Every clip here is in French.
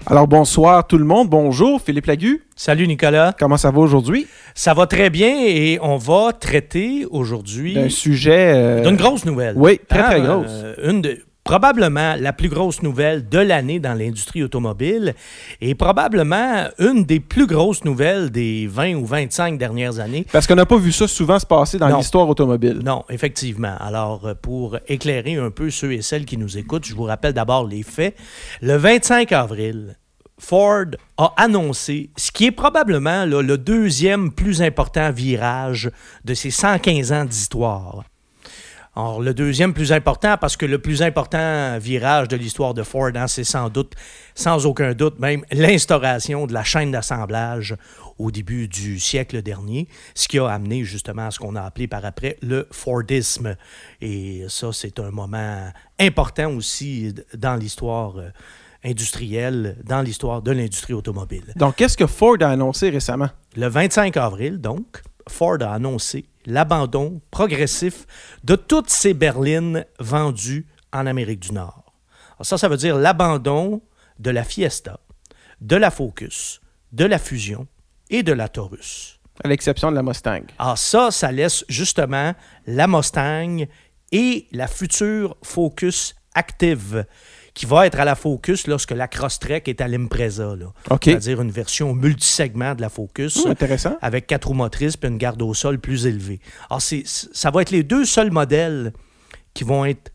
Alors bonsoir tout le monde, bonjour Philippe Lagu. Salut Nicolas. Comment ça va aujourd'hui? Ça va très bien et on va traiter aujourd'hui d'un sujet... d'une grosse nouvelle. Oui, très grosse. Probablement la plus grosse nouvelle de l'année dans l'industrie automobile et probablement une des plus grosses nouvelles des 20 ou 25 dernières années. Parce qu'on n'a pas vu ça souvent se passer dans l'histoire automobile. Non, effectivement. Alors, pour éclairer un peu ceux et celles qui nous écoutent, je vous rappelle d'abord les faits. Le 25 avril, Ford a annoncé ce qui est probablement là, le deuxième plus important virage de ses 115 ans d'histoire. Alors, le deuxième plus important, parce que le plus important virage de l'histoire de Ford, c'est sans aucun doute, même l'instauration de la chaîne d'assemblage au début du siècle dernier, ce qui a amené justement à ce qu'on a appelé par après le Fordisme. Et ça, c'est un moment important aussi dans l'histoire industrielle, dans l'histoire de l'industrie automobile. Donc, qu'est-ce que Ford a annoncé récemment? Le 25 avril, donc, Ford a annoncé l'abandon progressif de toutes ces berlines vendues en Amérique du Nord. Alors ça veut dire l'abandon de la Fiesta, de la Focus, de la Fusion et de la Taurus. À l'exception de la Mustang. Alors ça laisse justement la Mustang et la future Focus Active, qui va être à la Focus lorsque la Crosstrek est à l'Impreza. Okay. C'est-à-dire une version multisegment de la Focus. Intéressant. Avec 4 roues motrices et une garde au sol plus élevée. Alors, ça va être les deux seuls modèles qui vont être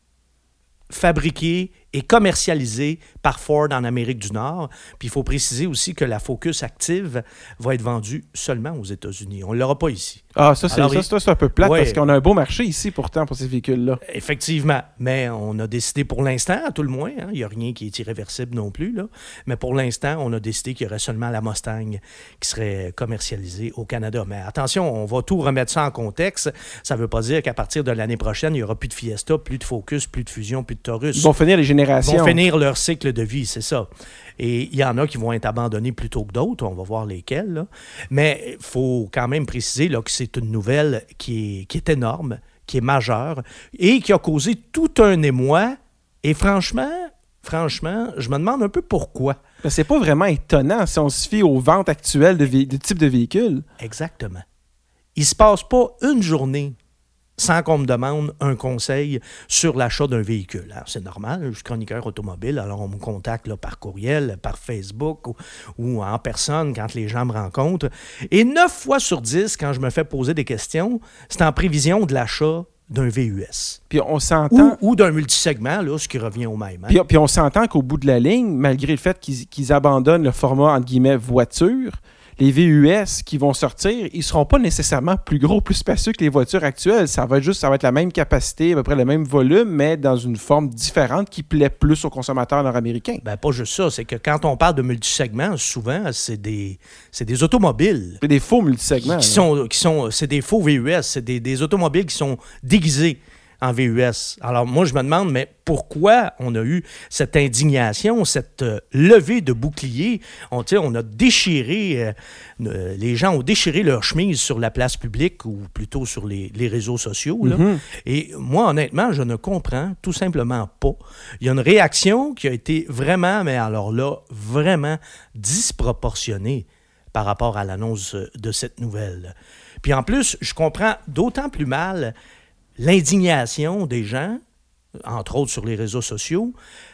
fabriqués et commercialisés par Ford en Amérique du Nord. Puis il faut préciser aussi que la Focus Active va être vendue seulement aux États-Unis. On ne l'aura pas ici. Ah, c'est un peu plate parce qu'on a un beau marché ici pourtant pour ces véhicules-là. Effectivement, mais on a décidé pour l'instant, à tout le moins, il n'y a rien qui est irréversible non plus, là, mais pour l'instant, on a décidé qu'il y aurait seulement la Mustang qui serait commercialisée au Canada. Mais attention, on va tout remettre ça en contexte. Ça ne veut pas dire qu'à partir de l'année prochaine, il n'y aura plus de Fiesta, plus de Focus, plus de Fusion, plus de Taurus. Ils vont finir les générations. Ils vont finir leur cycle de vie, c'est ça. Et il y en a qui vont être abandonnés plus tôt que d'autres, on va voir lesquels. Là. Mais il faut quand même préciser là, que c'est une nouvelle qui est énorme, qui est majeure et qui a causé tout un émoi. Et franchement, je me demande un peu pourquoi. Ben, c'est pas vraiment étonnant si on se fie aux ventes actuelles de type de véhicules. Exactement. Il se passe pas une journée sans qu'on me demande un conseil sur l'achat d'un véhicule. Alors, c'est normal, je suis chroniqueur automobile, alors on me contacte là, par courriel, par Facebook ou en personne quand les gens me rencontrent. Et 9 fois sur 10, quand je me fais poser des questions, c'est en prévision de l'achat d'un VUS. Puis on s'entend... Ou d'un multisegment, là, ce qui revient au même. Hein? Puis on s'entend qu'au bout de la ligne, malgré le fait qu'ils abandonnent le format, entre guillemets, voiture, les VUS qui vont sortir, ils ne seront pas nécessairement plus gros, plus spacieux que les voitures actuelles. Ça va être la même capacité, à peu près le même volume, mais dans une forme différente qui plaît plus aux consommateurs nord-américains. Ben pas juste ça, c'est que quand on parle de multisegments, souvent, c'est des automobiles. C'est des faux multisegments. C'est des faux VUS, c'est des automobiles qui sont déguisés en VUS. Alors moi, je me demande, mais pourquoi on a eu cette indignation, cette levée de bouclier? On a déchiré, les gens ont déchiré leur chemise sur la place publique ou plutôt sur les réseaux sociaux. Là. Mm-hmm. Et moi, honnêtement, je ne comprends tout simplement pas. Il y a une réaction qui a été vraiment, mais alors là, vraiment disproportionnée par rapport à l'annonce de cette nouvelle. Puis en plus, je comprends d'autant plus mal l'indignation des gens, entre autres sur les réseaux sociaux.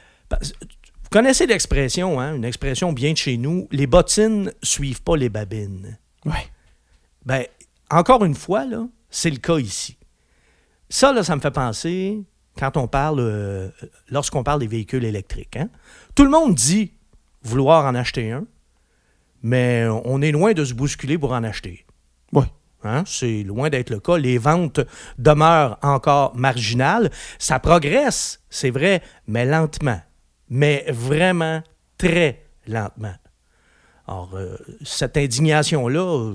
Vous connaissez l'expression, hein, une expression bien de chez nous, les bottines ne suivent pas les babines. Oui. Ben, encore une fois, là, c'est le cas ici. Ça, là, ça me fait penser, lorsqu'on parle des véhicules électriques. Hein, tout le monde dit vouloir en acheter un, mais on est loin de se bousculer pour en acheter. Oui. Hein? C'est loin d'être le cas. Les ventes demeurent encore marginales. Ça progresse, c'est vrai, mais lentement. Mais vraiment très lentement. Alors, cette indignation-là,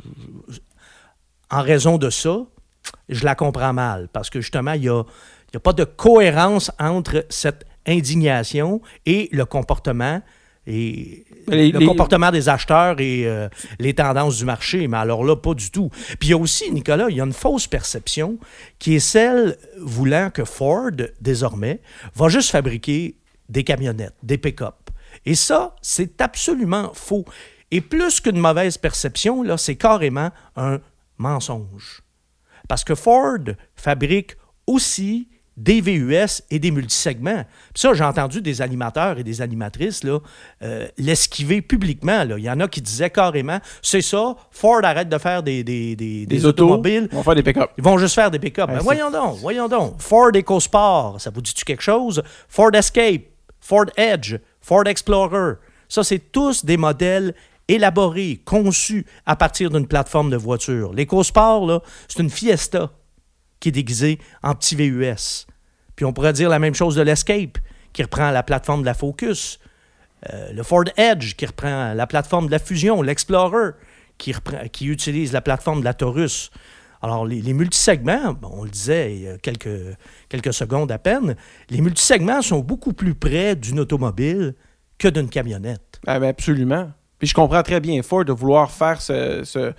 en raison de ça, je la comprends mal. Parce que justement, il n'y a pas de cohérence entre cette indignation et le comportement et le comportement des acheteurs et les tendances du marché. Mais alors là, pas du tout. Puis il y a aussi, Nicolas, il y a une fausse perception qui est celle voulant que Ford, désormais, va juste fabriquer des camionnettes, des pick-up. Et ça, c'est absolument faux. Et plus qu'une mauvaise perception, là, c'est carrément un mensonge. Parce que Ford fabrique aussi des VUS et des multisegments. Puis ça, j'ai entendu des animateurs et des animatrices là, l'esquiver publiquement. Là. Il y en a qui disaient carrément, c'est ça, Ford arrête de faire des automobiles. Ils vont faire des pick-up. Ils vont juste faire des pick-up. Ben, voyons donc. Ford EcoSport, ça vous dit-tu quelque chose? Ford Escape, Ford Edge, Ford Explorer. Ça, c'est tous des modèles élaborés, conçus à partir d'une plateforme de voiture. L'EcoSport, là, c'est une Fiesta qui est déguisée en petit VUS. Puis on pourrait dire la même chose de l'Escape, qui reprend la plateforme de la Focus. Le Ford Edge, qui reprend la plateforme de la Fusion. L'Explorer, qui utilise la plateforme de la Taurus. Alors, les multisegments, on le disait il y a quelques secondes à peine, les multisegments sont beaucoup plus près d'une automobile que d'une camionnette. Ah ben absolument. Puis je comprends très bien Ford de vouloir faire ce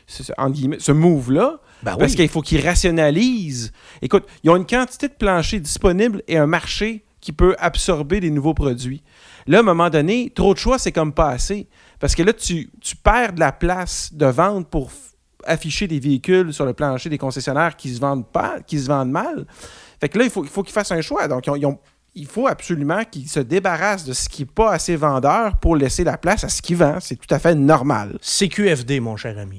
move-là, parce qu'il faut qu'ils rationalisent. Écoute, ils ont une quantité de planchers disponibles et un marché qui peut absorber des nouveaux produits. Là, à un moment donné, trop de choix, c'est comme pas assez. Parce que là, tu perds de la place de vente pour afficher des véhicules sur le plancher des concessionnaires qui se vendent mal. Fait que là, il faut qu'ils fassent un choix. Donc, il faut absolument qu'ils se débarrassent de ce qui n'est pas assez vendeur pour laisser la place à ce qui vend. C'est tout à fait normal. CQFD, mon cher ami.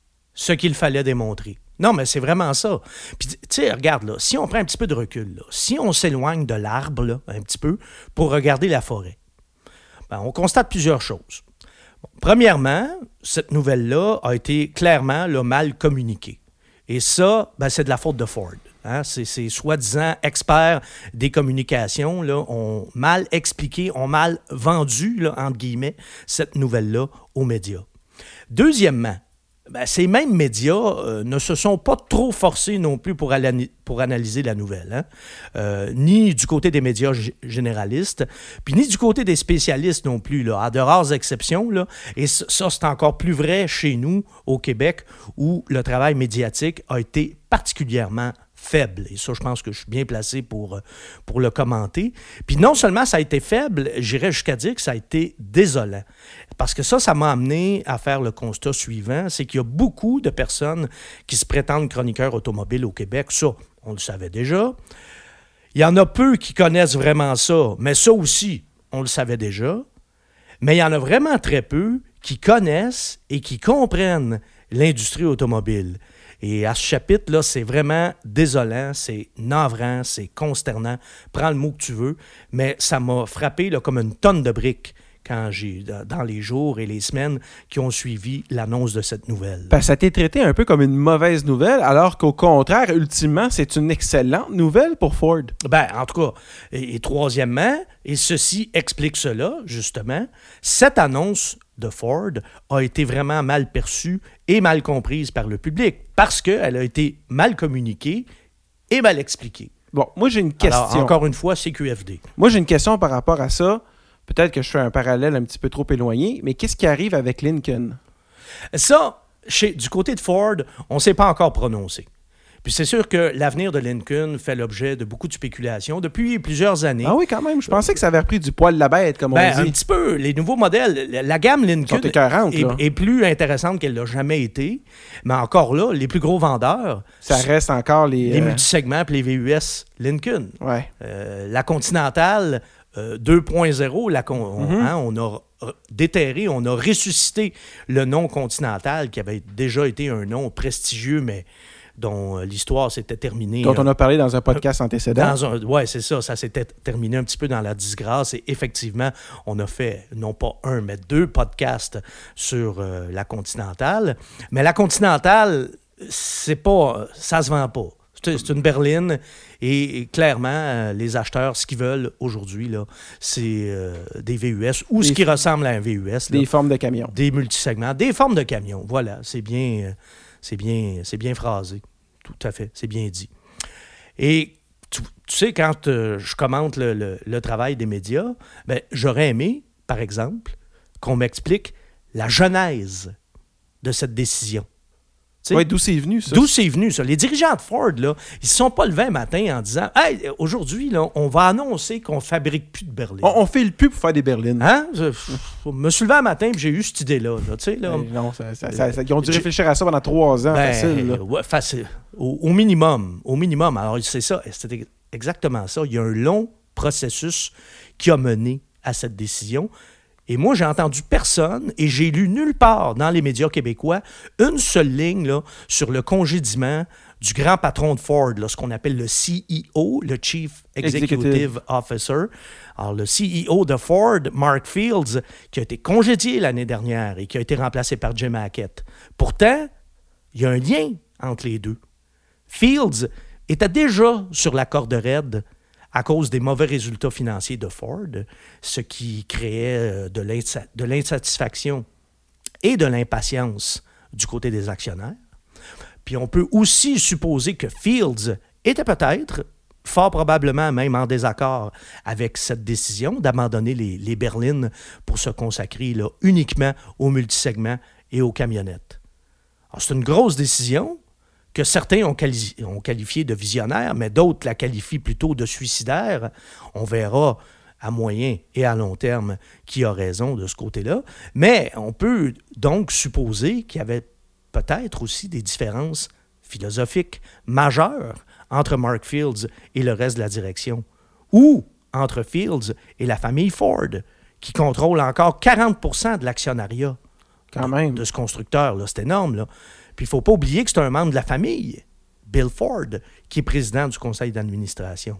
Ce qu'il fallait démontrer. Non, mais c'est vraiment ça. Puis, tu sais, regarde, là, si on prend un petit peu de recul, là, si on s'éloigne de l'arbre, là, un petit peu, pour regarder la forêt, ben, on constate plusieurs choses. Bon, premièrement, cette nouvelle-là a été clairement là, mal communiquée. Et ça, ben, c'est de la faute de Ford. Hein? Ces soi-disant experts des communications là, ont mal expliqué, ont mal vendu, là, entre guillemets, cette nouvelle-là aux médias. Deuxièmement, ben, ces mêmes médias ne se sont pas trop forcés non plus pour analyser la nouvelle, hein? Ni du côté des médias généralistes, puis ni du côté des spécialistes non plus, là, à de rares exceptions. Là, et ça, c'est encore plus vrai chez nous, au Québec, où le travail médiatique a été particulièrement faible. Et ça, je pense que je suis bien placé pour le commenter. Puis non seulement ça a été faible, j'irais jusqu'à dire que ça a été désolant. Parce que ça m'a amené à faire le constat suivant, c'est qu'il y a beaucoup de personnes qui se prétendent chroniqueurs automobiles au Québec. Ça, on le savait déjà. Il y en a peu qui connaissent vraiment ça, mais ça aussi, on le savait déjà. Mais il y en a vraiment très peu qui connaissent et qui comprennent l'industrie automobile. Et à ce chapitre-là, c'est vraiment désolant, c'est navrant, c'est consternant. Prends le mot que tu veux, mais ça m'a frappé là, comme une tonne de briques dans les jours et les semaines qui ont suivi l'annonce de cette nouvelle. Ben, ça a été traité un peu comme une mauvaise nouvelle, alors qu'au contraire, ultimement, c'est une excellente nouvelle pour Ford. Ben, en tout cas, et troisièmement, et ceci explique cela, justement, cette annonce de Ford a été vraiment mal perçue et mal comprise par le public parce qu'elle a été mal communiquée et mal expliquée. Bon, moi j'ai une question. Alors, encore une fois, CQFD. Moi j'ai une question par rapport à ça. Peut-être que je fais un parallèle un petit peu trop éloigné, mais qu'est-ce qui arrive avec Lincoln? Ça, du côté de Ford, on ne s'est pas encore prononcé. Puis c'est sûr que l'avenir de Lincoln fait l'objet de beaucoup de spéculations depuis plusieurs années. Ah oui, quand même. Je pensais que ça avait repris du poil de la bête, comme on dit. Un petit peu. Les nouveaux modèles, la gamme Lincoln est plus intéressante qu'elle l'a jamais été. Mais encore là, les plus gros vendeurs... Ça reste encore les multisegments et les VUS Lincoln. Ouais. La Continental 2.0, on a déterré, on a ressuscité le nom Continental qui avait déjà été un nom prestigieux, mais dont l'histoire s'était terminée. Dont on a parlé dans un podcast antécédent. Oui, c'est ça. Ça s'était terminé un petit peu dans la disgrâce. Et effectivement, on a fait non pas un, mais 2 podcasts sur la Continentale. Mais la Continentale, ça se vend pas. C'est une berline et clairement, les acheteurs, ce qu'ils veulent aujourd'hui, là, c'est des VUS ou ce qui ressemble à un VUS. Des formes de camions. Des multisegments, des formes de camions. Voilà, c'est bien phrasé. Tout à fait, c'est bien dit. Et tu sais, quand je commente le travail des médias, ben, j'aurais aimé, par exemple, qu'on m'explique la genèse de cette décision. Oui, d'où c'est venu, ça? D'où c'est venu, ça? Les dirigeants de Ford, là, ils se sont pas levés un matin en disant « Hey, aujourd'hui, là, on va annoncer qu'on fabrique plus de berlines. » On fait le pub pour faire des berlines. Hein? Je me suis levé un matin et j'ai eu cette idée-là. Là, tu sais, là. Non, ils ont dû réfléchir à ça pendant 3 ans, facile. Là. Ouais, facile. Au minimum. Au minimum. Alors, c'est ça. C'était exactement ça. Il y a un long processus qui a mené à cette décision. Et moi, j'ai entendu personne et j'ai lu nulle part dans les médias québécois une seule ligne là, sur le congédiement du grand patron de Ford, là, ce qu'on appelle le CEO, le Chief Executive Officer. Alors, le CEO de Ford, Mark Fields, qui a été congédié l'année dernière et qui a été remplacé par Jim Hackett. Pourtant, il y a un lien entre les deux. Fields était déjà sur la corde raide à cause des mauvais résultats financiers de Ford, ce qui créait de l'insatisfaction et de l'impatience du côté des actionnaires. Puis on peut aussi supposer que Fields était peut-être, fort probablement même en désaccord avec cette décision d'abandonner les berlines pour se consacrer là, uniquement aux multisegments et aux camionnettes. Alors, c'est une grosse décision que certains ont qualifié de visionnaire, mais d'autres la qualifient plutôt de suicidaire. On verra à moyen et à long terme qui a raison de ce côté-là. Mais on peut donc supposer qu'il y avait peut-être aussi des différences philosophiques majeures entre Mark Fields et le reste de la direction, ou entre Fields et la famille Ford, qui contrôle encore 40% de l'actionnariat de ce constructeur. Là. C'est énorme, là. Puis il ne faut pas oublier que c'est un membre de la famille, Bill Ford, qui est président du conseil d'administration.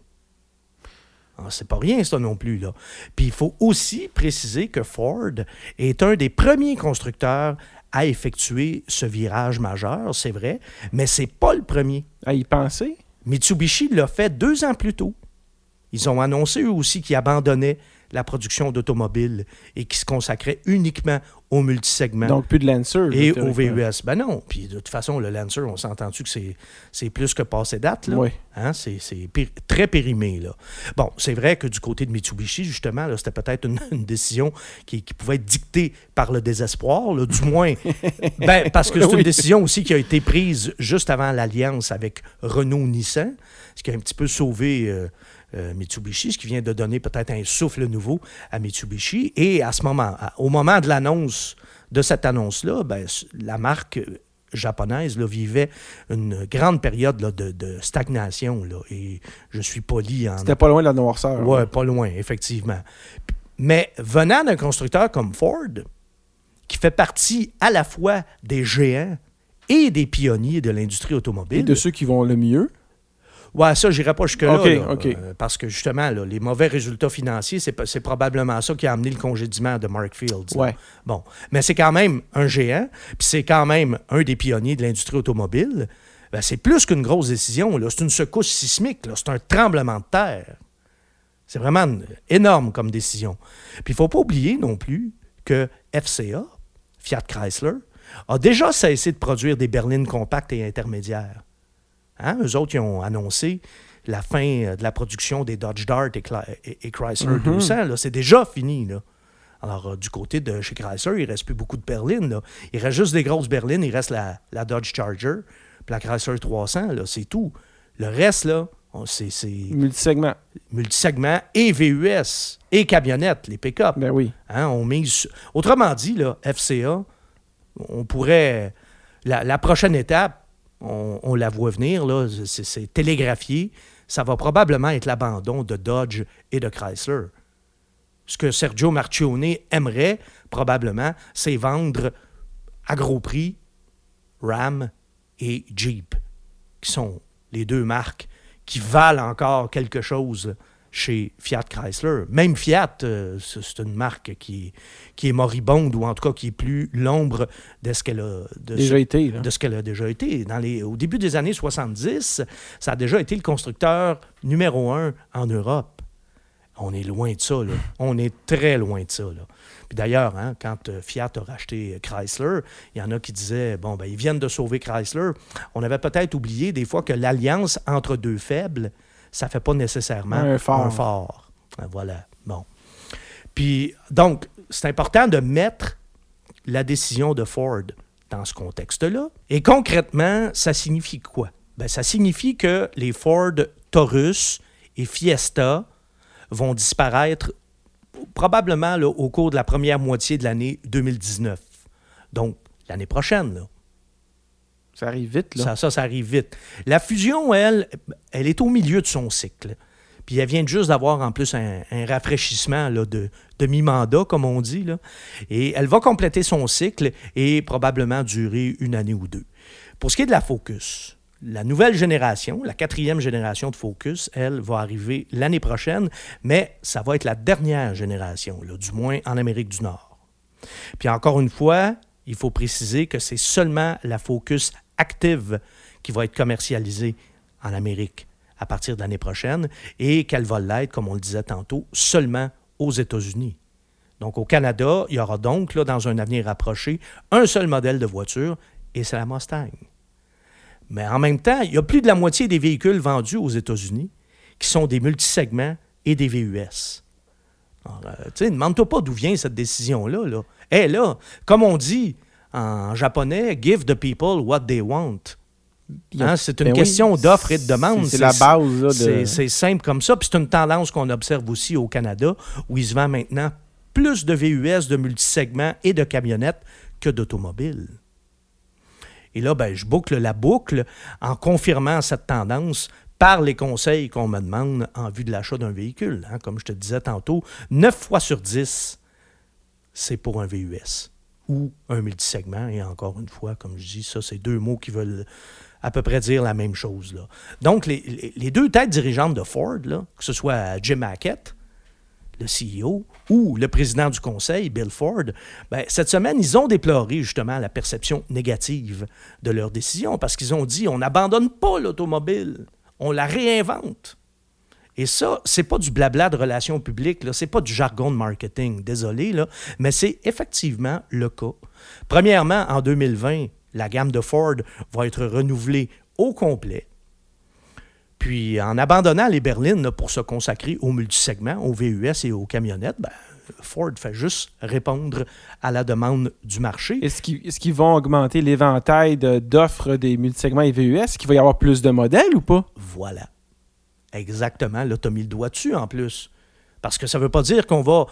Alors, c'est pas rien, ça non plus, là. Puis il faut aussi préciser que Ford est un des premiers constructeurs à effectuer ce virage majeur, c'est vrai, mais c'est pas le premier. À y penser? Mitsubishi l'a fait 2 ans plus tôt. Ils ont annoncé eux aussi qu'ils abandonnaient la production d'automobiles et qui se consacraient uniquement aux multisegments. Donc, plus de Lancer. Et au VUS. Ben non. Puis de toute façon, le Lancer, on s'entend-tu que c'est plus que passé date, là? Oui. Hein? C'est très périmé, là. Bon, c'est vrai que du côté de Mitsubishi, justement, là, c'était peut-être une décision qui pouvait être dictée par le désespoir, là, du moins. Ben, parce que c'est une décision aussi qui a été prise juste avant l'alliance avec Renault-Nissan, ce qui a un petit peu sauvé Mitsubishi, ce qui vient de donner peut-être un souffle nouveau à Mitsubishi. Et à ce moment, au moment de l'annonce, de cette annonce-là, ben, la marque japonaise là, vivait une grande période là, de stagnation. Là, et je suis poli en... C'était pas loin de la noirceur. Oui, pas loin, effectivement. Mais venant d'un constructeur comme Ford, qui fait partie à la fois des géants et des pionniers de l'industrie automobile... Et de ceux qui vont le mieux. Ouais, ça, j'irai pas jusque-là. OK. Parce que, justement, là, les mauvais résultats financiers, c'est probablement ça qui a amené le congédiement de Mark Fields. Ouais. Bon. Mais c'est quand même un géant, puis c'est quand même un des pionniers de l'industrie automobile. Ben, c'est plus qu'une grosse décision, là. C'est une secousse sismique, là. C'est un tremblement de terre. C'est vraiment énorme comme décision. Puis il ne faut pas oublier non plus que FCA, Fiat Chrysler, a déjà cessé de produire des berlines compactes et intermédiaires. Hein? Eux autres, ils ont annoncé la fin de la production des Dodge Dart et Chrysler 200. Là. C'est déjà fini. Là. Alors, du côté de chez Chrysler, il ne reste plus beaucoup de berlines. Là. Il reste juste des grosses berlines. Il reste la Dodge Charger puis la Chrysler 300. Là, c'est tout. Le reste, là, c'est... Multisegment. Multisegment et VUS et camionnettes, les pick-up. Ben oui. Hein, on mise... Autrement dit, là, FCA, on pourrait... La prochaine étape, on la voit venir, là, c'est télégraphié. Ça va probablement être l'abandon de Dodge et de Chrysler. Ce que Sergio Marchionne aimerait, probablement, c'est vendre à gros prix Ram et Jeep, qui sont les 2 marques qui valent encore quelque chose chez Fiat Chrysler. Même Fiat, c'est une marque qui est moribonde, ou en tout cas qui est plus l'ombre de ce qu'elle a déjà été. De ce qu'elle a déjà été. Au début des années 70, ça a déjà été le constructeur numéro 1 en Europe. On est loin de ça, là. On est très loin de ça, là. Puis d'ailleurs, hein, quand Fiat a racheté Chrysler, il y en a qui disaient, bon, ben ils viennent de sauver Chrysler. On avait peut-être oublié des fois que l'alliance entre 2 faibles, ça ne fait pas nécessairement un fort. Voilà. Bon. Puis, donc, c'est important de mettre la décision de Ford dans ce contexte-là. Et concrètement, ça signifie quoi? Ben, ça signifie que les Ford Taurus et Fiesta vont disparaître probablement là, au cours de la première moitié de l'année 2019. Donc, l'année prochaine. Là. Ça arrive vite, là. Ça arrive vite. La fusion, elle est au milieu de son cycle. Puis elle vient juste d'avoir en plus un rafraîchissement là, de mi-mandat, comme on dit. Là. Et elle va compléter son cycle et probablement durer une année ou deux. Pour ce qui est de la Focus, la nouvelle génération, la 4e génération de Focus, elle va arriver l'année prochaine, mais ça va être la dernière génération, là, du moins en Amérique du Nord. Puis encore une fois, il faut préciser que c'est seulement la Focus Active qui va être commercialisée en Amérique à partir de l'année prochaine et qu'elle va l'être, comme on le disait tantôt, seulement aux États-Unis. Donc au Canada, il y aura donc, là, dans un avenir rapproché, un seul modèle de voiture et c'est la Mustang. Mais en même temps, il y a plus de la moitié des véhicules vendus aux États-Unis qui sont des multisegments et des VUS. Alors, ne demande-toi pas d'où vient cette décision-là. Là. Elle est là. Comme on dit en japonais, « give the people what they want ». Hein, c'est une question d'offre et de demande. C'est la base. Là, c'est simple comme ça. Puis c'est une tendance qu'on observe aussi au Canada, où il se vend maintenant plus de VUS, de multisegments et de camionnettes que d'automobiles. Et là, ben, je boucle la boucle en confirmant cette tendance par les conseils qu'on me demande en vue de l'achat d'un véhicule. Hein. Comme je te disais tantôt, 9 fois sur 10, c'est pour un VUS ou un multisegment. Et encore une fois, comme je dis, ça, c'est deux mots qui veulent à peu près dire la même chose. Là. Donc, les deux têtes dirigeantes de Ford, là, que ce soit Jim Hackett, le CEO, ou le président du conseil, Bill Ford, ben, cette semaine, ils ont déploré justement la perception négative de leur décision parce qu'ils ont dit on n'abandonne pas l'automobile, on la réinvente. Et ça, c'est pas du blabla de relations publiques, là, c'est pas du jargon de marketing, désolé, là, mais c'est effectivement le cas. Premièrement, en 2020, la gamme de Ford va être renouvelée au complet. Puis, en abandonnant les berlines là, pour se consacrer aux multisegments, aux VUS et aux camionnettes, ben, Ford fait juste répondre à la demande du marché. Est-ce qu'ils vont augmenter l'éventail d'offres des multisegments et VUS? Est-ce qu'il va y avoir plus de modèles ou pas? Voilà. Exactement. Là, tu as mis le doigt dessus en plus. Parce que ça ne veut pas dire qu'on va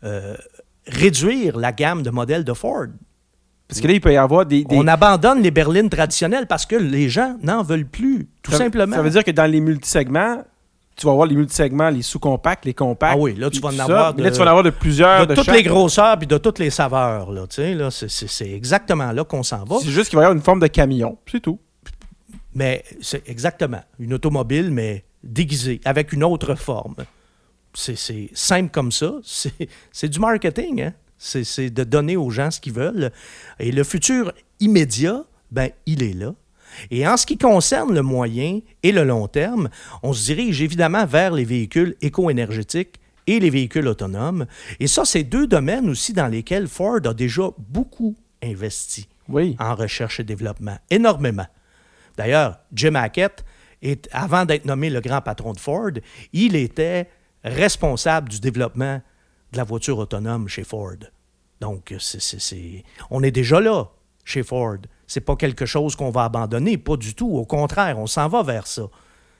réduire la gamme de modèles de Ford. Parce que là, il peut y avoir des... On abandonne les berlines traditionnelles parce que les gens n'en veulent plus, tout simplement. Ça veut dire que dans les multisegments, tu vas avoir les multisegments, les sous-compacts, les compacts. Ah oui, là, tu vas en avoir là, tu vas en avoir de plusieurs. De toutes les grosseurs puis de toutes les saveurs. Là, là, c'est exactement là qu'on s'en va. C'est juste qu'il va y avoir une forme de camion, c'est tout. Mais c'est exactement une automobile, mais déguisée, avec une autre forme. C'est simple comme ça. C'est du marketing, hein? C'est de donner aux gens ce qu'ils veulent. Et le futur immédiat, ben, il est là. Et en ce qui concerne le moyen et le long terme, on se dirige évidemment vers les véhicules éco-énergétiques et les véhicules autonomes. Et ça, c'est deux domaines aussi dans lesquels Ford a déjà beaucoup investi en recherche et développement. Énormément. D'ailleurs, Jim Hackett, avant d'être nommé le grand patron de Ford, il était responsable du développement de la voiture autonome chez Ford. Donc, on est déjà là chez Ford. C'est pas quelque chose qu'on va abandonner, pas du tout. Au contraire, on s'en va vers ça.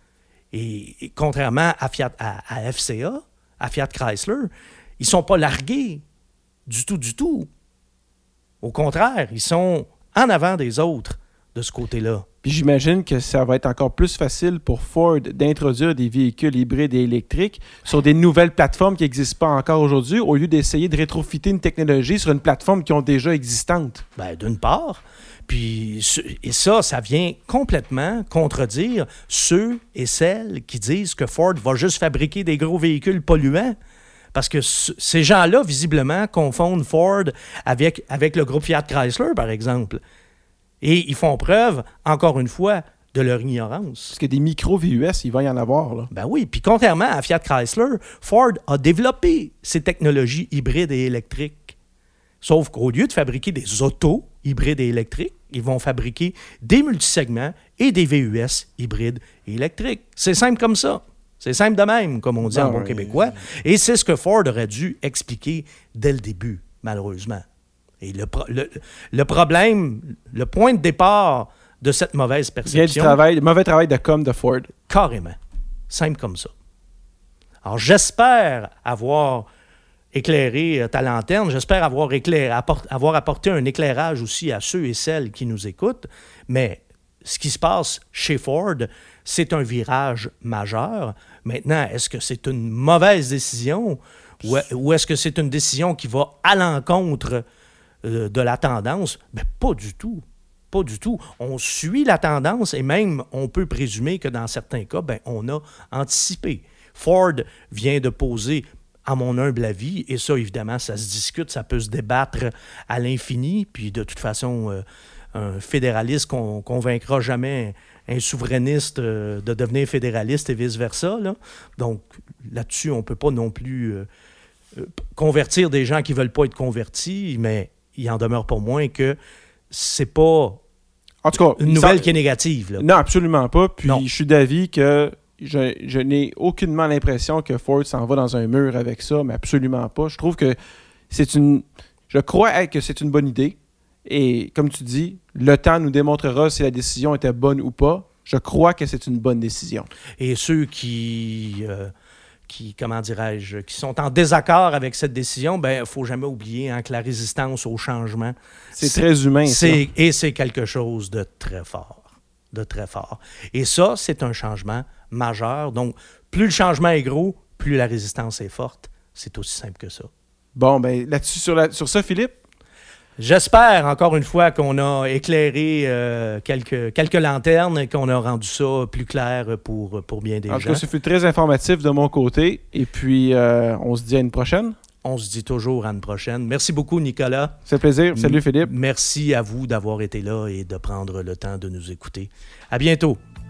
Et contrairement à FCA, à Fiat Chrysler, ils sont pas largués du tout. Au contraire, ils sont en avant des autres de ce côté-là. Puis j'imagine que ça va être encore plus facile pour Ford d'introduire des véhicules hybrides et électriques sur des nouvelles plateformes qui n'existent pas encore aujourd'hui, au lieu d'essayer de rétrofitter une technologie sur une plateforme qui est déjà existante. Bien, d'une part. Puis, et ça vient complètement contredire ceux et celles qui disent que Ford va juste fabriquer des gros véhicules polluants. Parce que ces gens-là, visiblement, confondent Ford avec le groupe Fiat Chrysler, par exemple. Et ils font preuve, encore une fois, de leur ignorance. Parce que des micro-VUS, il va y en avoir, là. Ben oui, puis contrairement à Fiat Chrysler, Ford a développé ces technologies hybrides et électriques. Sauf qu'au lieu de fabriquer des autos hybrides et électriques, ils vont fabriquer des multisegments et des VUS hybrides et électriques. C'est simple comme ça. C'est simple de même, comme on dit en bon québécois. Et c'est ce que Ford aurait dû expliquer dès le début, malheureusement. Et le problème, le point de départ de cette mauvaise perception... mauvais travail de com de Ford. Carrément. Simple comme ça. Alors, j'espère avoir éclairé ta lanterne, j'espère avoir apporté un éclairage aussi à ceux et celles qui nous écoutent, mais ce qui se passe chez Ford, c'est un virage majeur. Maintenant, est-ce que c'est une mauvaise décision ou est-ce que c'est une décision qui va à l'encontre de la tendance? Ben, pas du tout. Pas du tout. On suit la tendance et même on peut présumer que dans certains cas, ben, on a anticipé. Ford vient de poser, à mon humble avis, et ça, évidemment, ça se discute, ça peut se débattre à l'infini, puis de toute façon, un fédéraliste convaincra jamais un souverainiste de devenir fédéraliste et vice-versa. Là. Donc, là-dessus, on ne peut pas non plus convertir des gens qui ne veulent pas être convertis, mais il en demeure pas moins que c'est pas en tout cas, une nouvelle qui est négative. Là. Non, absolument pas. Puis Non. je suis d'avis que je n'ai aucunement l'impression que Ford s'en va dans un mur avec ça, mais absolument pas. Je trouve que je crois que c'est une bonne idée. Et comme tu dis, le temps nous démontrera si la décision était bonne ou pas. Je crois que c'est une bonne décision. Et ceux qui comment dirais-je, qui sont en désaccord avec cette décision, ben, il ne faut jamais oublier que la résistance au changement... C'est très humain, ça. Et c'est quelque chose de très fort. De très fort. Et ça, c'est un changement majeur. Donc, plus le changement est gros, plus la résistance est forte. C'est aussi simple que ça. Bon, ben là-dessus, sur ça, Philippe? J'espère, encore une fois, qu'on a éclairé quelques lanternes et qu'on a rendu ça plus clair pour bien des gens. En tout cas, ça fut très informatif de mon côté. Et puis, on se dit à une prochaine. On se dit toujours à une prochaine. Merci beaucoup, Nicolas. C'est un plaisir. Salut, Philippe. Merci à vous d'avoir été là et de prendre le temps de nous écouter. À bientôt.